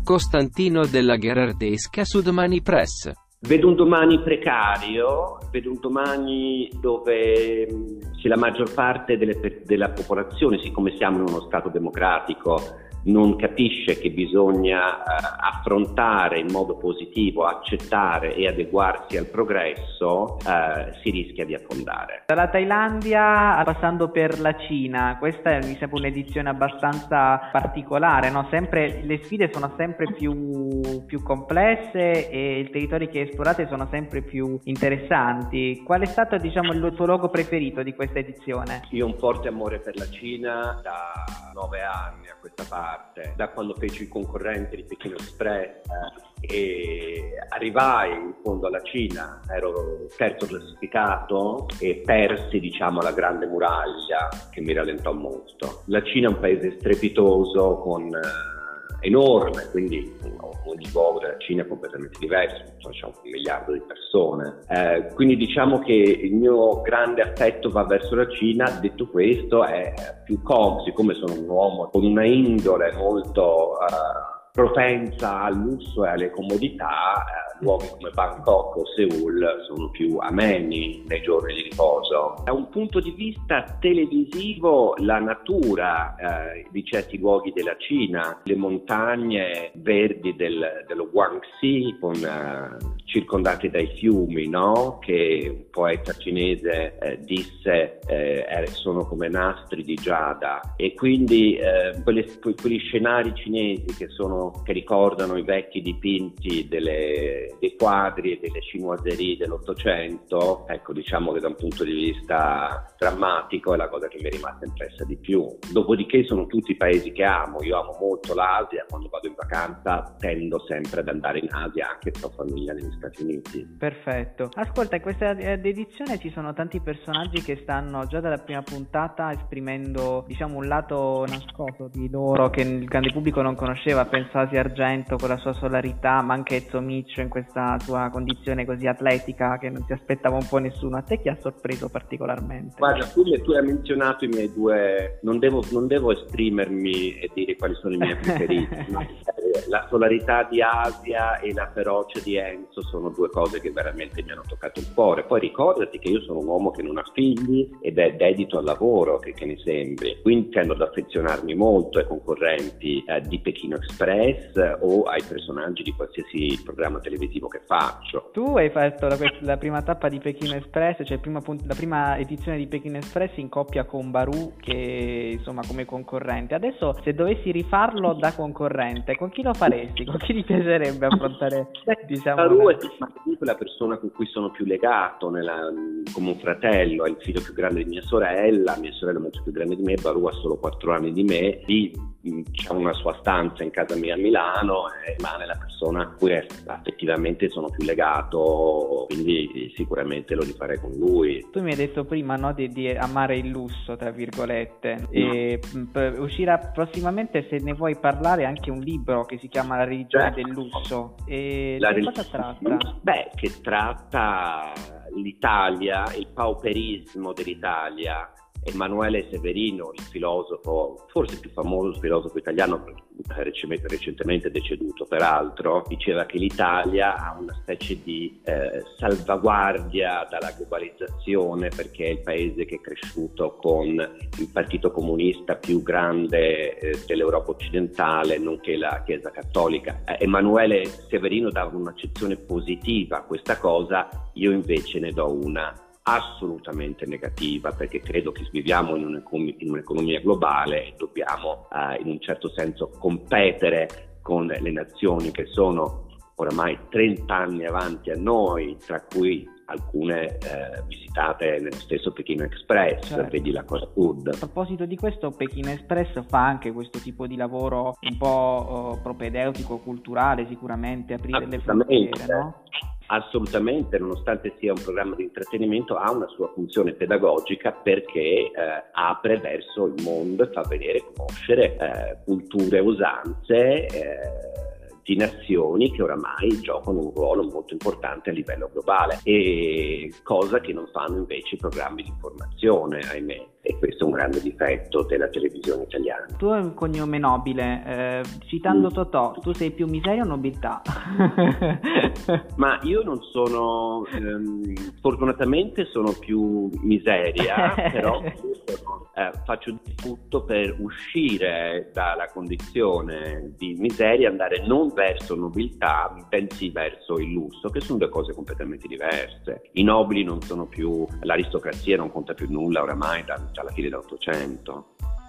Costantino della Gherardesca su Domani Press. Vedo un domani precario, vedo un domani dove se la maggior parte della popolazione, siccome siamo in uno Stato democratico, non capisce che bisogna affrontare in modo positivo, accettare e adeguarsi al progresso, si rischia di affondare. Dalla Thailandia passando per la Cina, questa mi sembra un'edizione abbastanza particolare, no? Le sfide sono sempre più complesse e i territori che esplorate sono sempre più interessanti. Qual è stato, il tuo luogo preferito di questa edizione? Io ho un forte amore per la Cina da 9 anni a questa parte. Da quando feci il concorrente di Pechino Express e arrivai in fondo alla Cina, ero terzo classificato e persi alla Grande Muraglia, che mi rallentò molto. La Cina è un paese strepitoso, enorme, quindi ogni luogo della Cina è completamente diverso, c'è 1 miliardo di persone, quindi che il mio grande affetto va verso la Cina. Detto questo, è più siccome sono un uomo con una indole molto propensa al lusso e alle comodità, luoghi come Bangkok o Seoul sono più ameni nei giorni di riposo. Da un punto di vista televisivo, la natura di certi luoghi della Cina, le montagne verdi dello Guangxi, circondate dai fiumi, no? Che un poeta cinese disse sono come nastri di giada, e quindi quegli scenari cinesi che ricordano i vecchi dipinti dei quadri e delle chinoiserie dell'800, che da un punto di vista drammatico è la cosa che mi è rimasta impressa di più. Dopodiché sono tutti paesi che amo. Io amo molto l'Asia, quando vado in vacanza tendo sempre ad andare in Asia, anche se ho famiglia negli Stati Uniti. Perfetto. Ascolta, in questa edizione ci sono tanti personaggi che stanno già dalla prima puntata esprimendo un lato nascosto di loro che il grande pubblico non conosceva. Penso a Asia Argento con la sua solarità, ma anche Ezzo Miccio in questa sua condizione così atletica che non si aspettava un po' nessuno. A te chi ha sorpreso particolarmente? Guarda, tu hai menzionato i miei due, non devo esprimermi e dire quali sono i miei preferiti. La solarità di Asia e la ferocia di Enzo sono due cose che veramente mi hanno toccato il cuore. Poi ricordati che io sono un uomo che non ha figli ed è dedito al lavoro, che ne sembri, quindi tendo ad affezionarmi molto ai concorrenti di Pechino Express o ai personaggi di qualsiasi programma televisivo che faccio. Tu hai fatto la prima tappa di Pechino Express, cioè la prima edizione di Pechino Express in coppia con Barù, che come concorrente. Adesso, se dovessi rifarlo da concorrente, con chi lo faresti? Con chi ti piacerebbe affrontare? Barù è la persona con cui sono più legato, come un fratello. È il figlio più grande di mia sorella è molto più grande di me. Barù ha solo 4 anni di me. C'è una sua stanza in casa mia a Milano, e rimane la persona a cui effettivamente sono più legato, quindi sicuramente lo rifarei con lui. Tu mi hai detto prima, no, di amare il lusso, tra virgolette, e uscirà prossimamente, se ne vuoi parlare, anche un libro che si chiama La religione del lusso. E di cosa tratta? Che tratta l'Italia, il pauperismo dell'Italia. Emanuele Severino, il filosofo, forse più famoso filosofo italiano, recentemente deceduto peraltro, diceva che l'Italia ha una specie di salvaguardia dalla globalizzazione, perché è il paese che è cresciuto con il partito comunista più grande dell'Europa occidentale, nonché la Chiesa cattolica. Emanuele Severino dava un'accezione positiva a questa cosa, io invece ne do una assolutamente negativa, perché credo che viviamo in un'economia globale e dobbiamo in un certo senso competere con le nazioni che sono oramai 30 anni avanti a noi, tra cui alcune visitate nello stesso Pechino Express, certo. Vedi la Cosa Food. A proposito di questo, Pechino Express fa anche questo tipo di lavoro un po' propedeutico, culturale, sicuramente, aprire le frontiere, no? Assolutamente, nonostante sia un programma di intrattenimento, ha una sua funzione pedagogica, perché apre verso il mondo e fa vedere, conoscere culture e usanze di nazioni che oramai giocano un ruolo molto importante a livello globale, e cosa che non fanno invece i programmi di informazione, ahimè. E questo è un grande difetto della televisione italiana. Tu hai un cognome nobile, citando Totò, tu sei più miseria o nobiltà? Ma io non sono, fortunatamente sono più miseria, però faccio di tutto per uscire dalla condizione di miseria, andare non verso nobiltà, bensì verso il lusso, che sono due cose completamente diverse. I nobili non sono più, l'aristocrazia non conta più nulla oramai dalla fine dell'Ottocento.